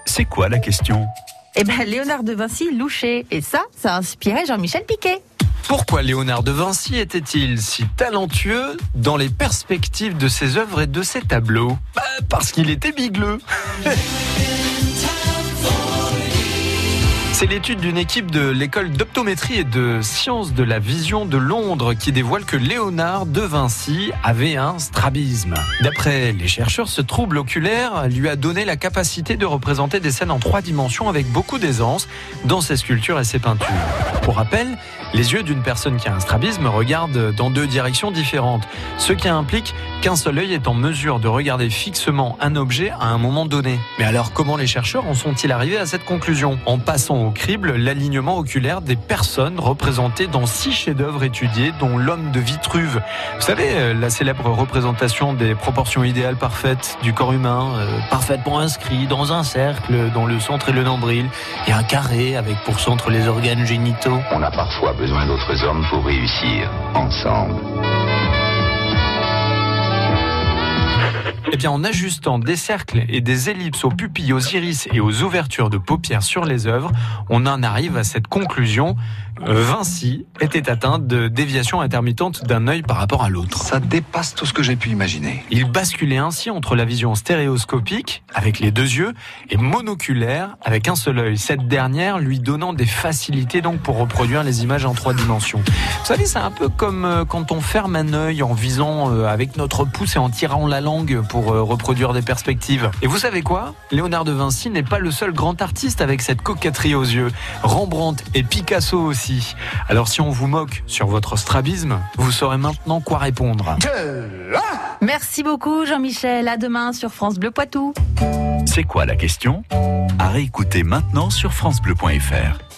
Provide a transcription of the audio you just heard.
C'est quoi la question ? Eh ben, Léonard de Vinci louchait. Et ça a inspiré Jean-Michel Piquet. Pourquoi Léonard de Vinci était-il si talentueux dans les perspectives de ses œuvres et de ses tableaux ? Parce qu'il était bigleux. C'est l'étude d'une équipe de l'école d'optométrie et de sciences de la vision de Londres qui dévoile que Léonard de Vinci avait un strabisme. D'après les chercheurs, ce trouble oculaire lui a donné la capacité de représenter des scènes en 3 dimensions avec beaucoup d'aisance dans ses sculptures et ses peintures. Pour rappel, les yeux d'une personne qui a un strabisme regardent dans 2 directions différentes, ce qui implique qu'un seul œil est en mesure de regarder fixement un objet à un moment donné. Mais alors, comment les chercheurs en sont-ils arrivés à cette conclusion ? En passant au crible l'alignement oculaire des personnes représentées dans 6 chefs-d'œuvre étudiés, dont l'homme de Vitruve. Vous savez, la célèbre représentation des proportions idéales parfaites du corps humain, parfaitement inscrit dans un cercle, dont le centre est le nombril, et un carré avec pour centre les organes génitaux. On a parfois besoin d'autres hommes pour réussir, ensemble. Eh bien, en ajustant des cercles et des ellipses aux pupilles, aux iris et aux ouvertures de paupières sur les œuvres, on en arrive à cette conclusion. Vinci était atteint de déviation intermittente d'un œil par rapport à l'autre. Ça dépasse tout ce que j'ai pu imaginer. Il basculait ainsi entre la vision stéréoscopique, avec les 2 yeux, et monoculaire, avec un seul œil. Cette dernière lui donnant des facilités donc pour reproduire les images en 3 dimensions. Vous savez, c'est un peu comme quand on ferme un œil en visant avec notre pouce et en tirant la langue pour reproduire des perspectives. Et vous savez quoi ? Léonard de Vinci n'est pas le seul grand artiste avec cette coquetterie aux yeux. Rembrandt et Picasso aussi. Alors si on vous moque sur votre strabisme, vous saurez maintenant quoi répondre. Merci beaucoup Jean-Michel. À demain sur France Bleu Poitou. C'est quoi la question ? À réécouter maintenant sur francebleu.fr.